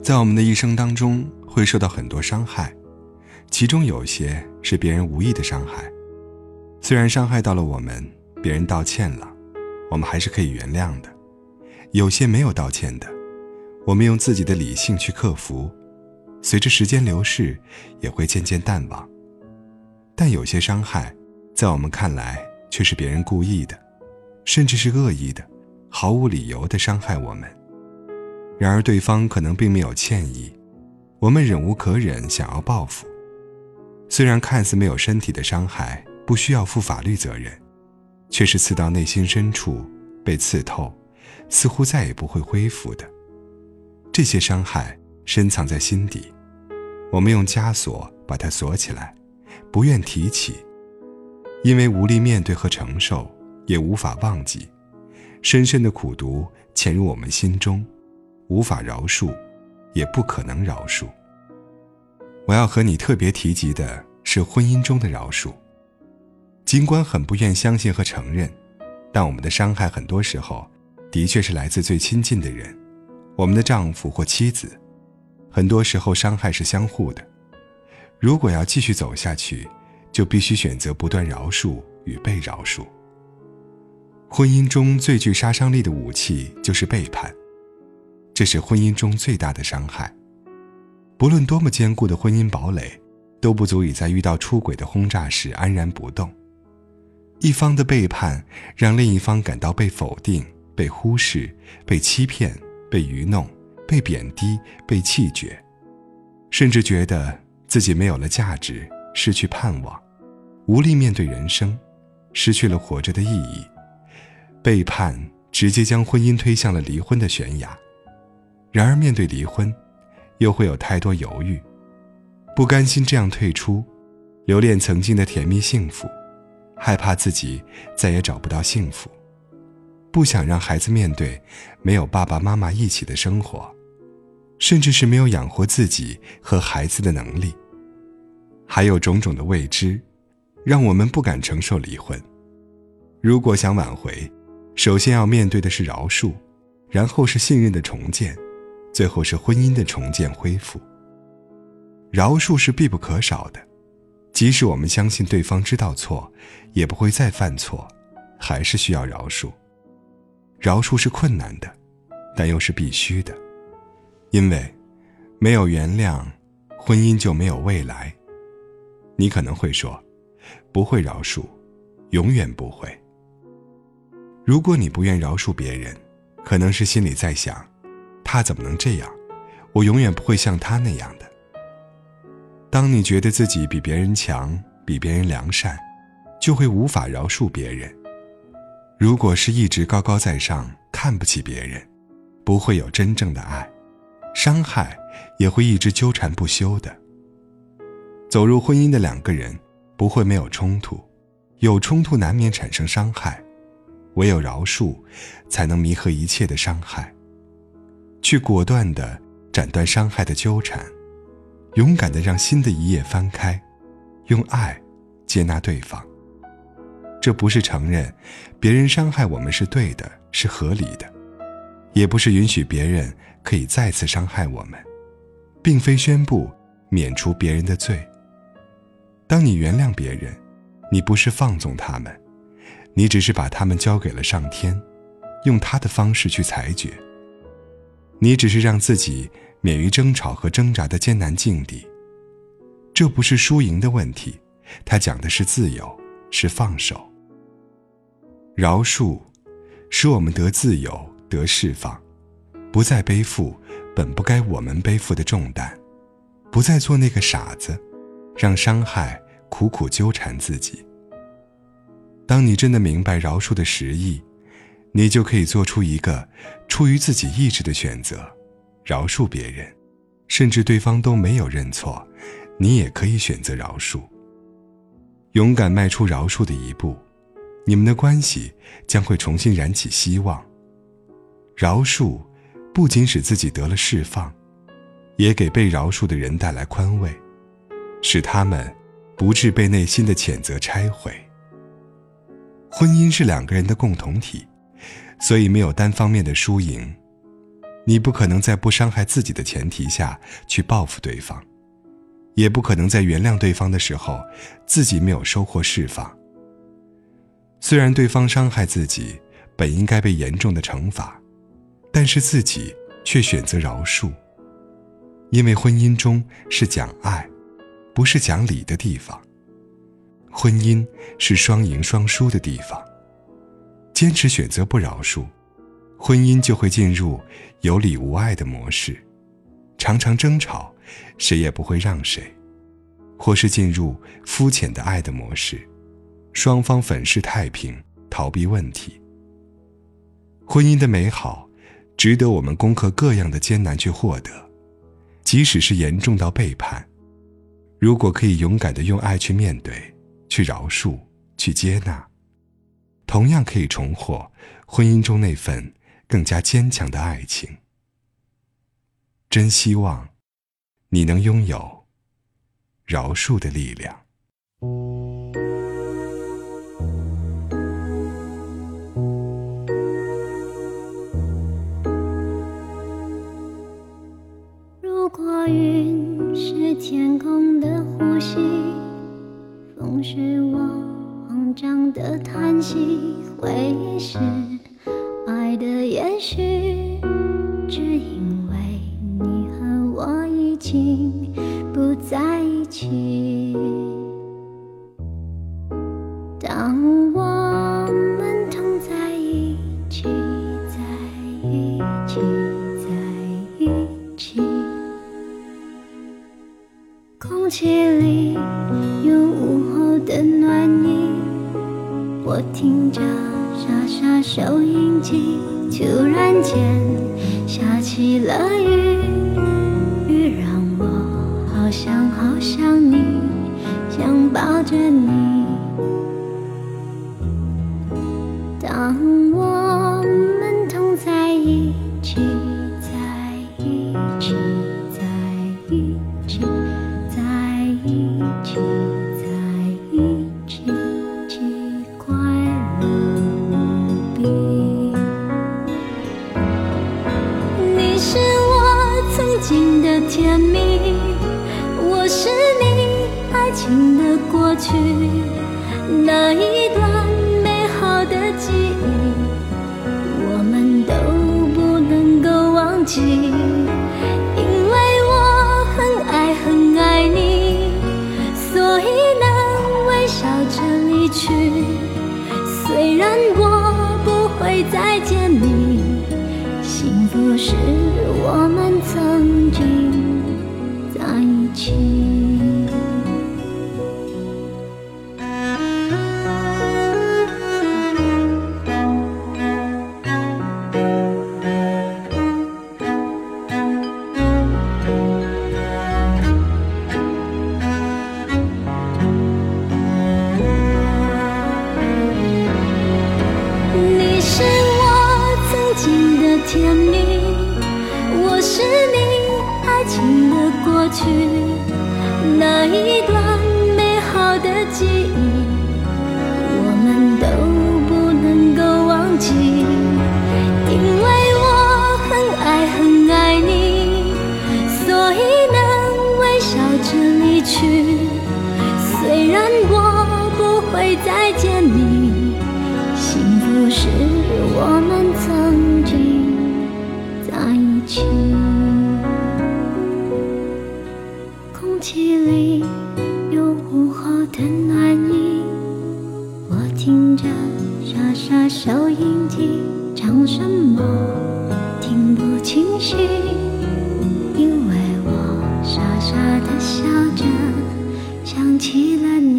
在我们的一生当中会受到很多伤害，其中有些是别人无意的伤害。虽然伤害到了我们，别人道歉了，我们还是可以原谅的。有些没有道歉的，我们用自己的理性去克服，随着时间流逝也会渐渐淡忘。但有些伤害在我们看来却是别人故意的，甚至是恶意的，毫无理由地伤害我们。然而对方可能并没有歉意，我们忍无可忍，想要报复。虽然看似没有身体的伤害，不需要负法律责任，却是刺到内心深处，被刺透，似乎再也不会恢复的。这些伤害深藏在心底，我们用枷锁把它锁起来，不愿提起，因为无力面对和承受，也无法忘记，深深的苦毒潜入我们心中，无法饶恕，也不可能饶恕。我要和你特别提及的是婚姻中的饶恕。尽管很不愿相信和承认，但我们的伤害很多时候的确是来自最亲近的人，我们的丈夫或妻子。很多时候伤害是相互的，如果要继续走下去，就必须选择不断饶恕与被饶恕。婚姻中最具杀伤力的武器就是背叛，这是婚姻中最大的伤害。不论多么坚固的婚姻堡垒，都不足以在遇到出轨的轰炸时安然不动。一方的背叛让另一方感到被否定、被忽视、被欺骗、被愚弄、被贬低、被弃绝，甚至觉得自己没有了价值，失去盼望，无力面对人生，失去了活着的意义。背叛直接将婚姻推向了离婚的悬崖。然而面对离婚，又会有太多犹豫，不甘心这样退出，留恋曾经的甜蜜幸福，害怕自己再也找不到幸福，不想让孩子面对没有爸爸妈妈一起的生活，甚至是没有养活自己和孩子的能力。还有种种的未知，让我们不敢承受离婚。如果想挽回，首先要面对的是饶恕，然后是信任的重建，最后是婚姻的重建恢复。饶恕是必不可少的，即使我们相信对方知道错，也不会再犯错，还是需要饶恕。饶恕是困难的，但又是必须的，因为没有原谅，婚姻就没有未来。你可能会说，不会饶恕，永远不会。如果你不愿饶恕别人，可能是心里在想，他怎么能这样，我永远不会像他那样的。当你觉得自己比别人强，比别人良善，就会无法饶恕别人。如果是一直高高在上，看不起别人，不会有真正的爱，伤害也会一直纠缠不休的。走入婚姻的两个人不会没有冲突，有冲突难免产生伤害，唯有饶恕才能弥合一切的伤害，去果断地斩断伤害的纠缠，勇敢地让新的一页翻开，用爱接纳对方。这不是承认别人伤害我们是对的，是合理的，也不是允许别人可以再次伤害我们，并非宣布免除别人的罪。当你原谅别人，你不是放纵他们，你只是把他们交给了上天，用他的方式去裁决。你只是让自己免于争吵和挣扎的艰难境地。这不是输赢的问题，它讲的是自由，是放手。饶恕使我们得自由，得释放，不再背负本不该我们背负的重担，不再做那个傻子，让伤害苦苦纠缠自己。当你真的明白饶恕的实意，你就可以做出一个出于自己意志的选择，饶恕别人，甚至对方都没有认错，你也可以选择饶恕。勇敢迈出饶恕的一步，你们的关系将会重新燃起希望。饶恕不仅使自己得了释放，也给被饶恕的人带来宽慰，使他们不致被内心的谴责拆毁。婚姻是两个人的共同体，所以没有单方面的输赢。 你不可能在不伤害自己的前提下去报复对方，也不可能在原谅对方的时候自己没有收获释放。虽然对方伤害自己本应该被严重的惩罚，但是自己却选择饶恕。因为婚姻中是讲爱，不是讲理的地方。婚姻是双赢双输的地方。坚持选择不饶恕，婚姻就会进入有理无爱的模式，常常争吵，谁也不会让谁，或是进入肤浅的爱的模式，双方粉饰太平，逃避问题。婚姻的美好值得我们攻克各样的艰难去获得，即使是严重到背叛，如果可以勇敢地用爱去面对，去饶恕，去接纳，同样可以重获婚姻中那份更加坚强的爱情。真希望你能拥有饶恕的力量。 如果云是天空的呼吸，风是我慌张的叹息，回忆是爱的延续，只因为你和我已经不在一起。当我们同在一起，在一起，在一起，空气里有午后的暖意，我听着沙沙收音机，突然间下起了雨，雨让我好想好想你，想抱着你。当我们同在一起，在一起，在一起，在一起，在一起，既快乐无比。你是我曾经的甜蜜，我是你爱情的过去，那一段美好的记忆，我们都不能够忘记，因为我很爱很爱你，所以能微笑着离去。虽然我不会再见你，幸福是我们曾经在一起。你是我曾经的甜蜜，我是你爱情的过去，那一段美好的记忆，我们都不能够忘记，因为我很爱很爱你，所以能微笑着离去。虽然我不会再见你，幸福是我们曾经在一起。空气里有午后的暖意，我听着沙沙收音机，唱什么听不清晰，因为我傻傻地笑着，想起了你。